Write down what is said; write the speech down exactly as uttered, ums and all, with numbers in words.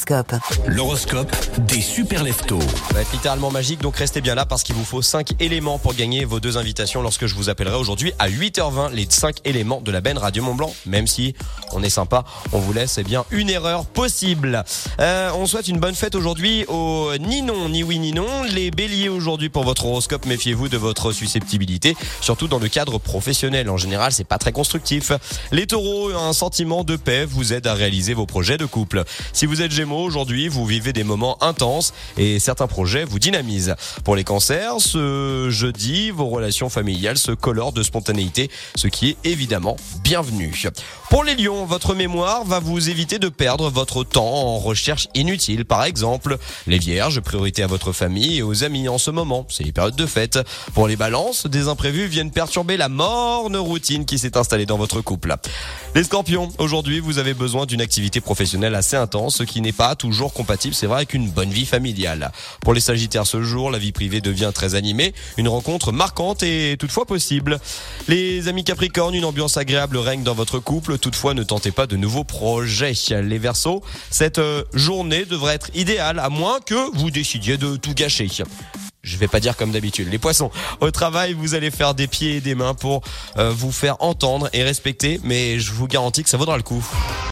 l'horoscope. L'horoscope des super leftos. Ça va être littéralement magique, donc restez bien là parce qu'il vous faut cinq éléments pour gagner vos deux invitations lorsque je vous appellerai aujourd'hui à huit heures vingt, les cinq éléments de la benne Radio Mont Blanc. Même si on est sympa, on vous laisse eh bien une erreur possible. Euh, on souhaite une bonne fête aujourd'hui aux ni non, ni oui, ni non. Les béliers aujourd'hui pour votre horoscope, méfiez-vous de votre susceptibilité, surtout dans le cadre professionnel. En général, c'est pas très constructif. Les taureaux, un sentiment de paix vous aide à réaliser vos projets de couple. Si vous êtes gémeaux aujourd'hui, vous vivez des moments intenses et certains projets vous dynamisent. Pour les cancers, ce jeudi, vos relations familiales se colorent de spontanéité, ce qui est évidemment bienvenu. Pour les lions, votre mémoire va vous éviter de perdre votre temps en recherche inutile. Par exemple, les vierges, priorité à votre famille et aux amis en ce moment. C'est les périodes de fête. Pour les balances, des imprévus viennent perturber la morne routine qui s'est installée dans votre couple. Les scorpions, aujourd'hui, vous avez besoin d'une activité professionnelle assez intense, ce qui n'est pas toujours compatible, c'est vrai, avec une bonne vie familiale. Pour les sagittaires, ce jour, la vie privée devient très animée. Une rencontre marquante est toutefois possible. Les amis capricornes, une ambiance agréable règne dans votre couple. Toutefois, ne tentez pas de nouveaux projets. Les verseaux, cette journée devrait être idéale, à moins que vous décidiez de tout gâcher. Je vais pas dire comme d'habitude. Les poissons, au travail, vous allez faire des pieds et des mains pour euh, vous faire entendre et respecter, mais je vous garantis que ça vaudra le coup.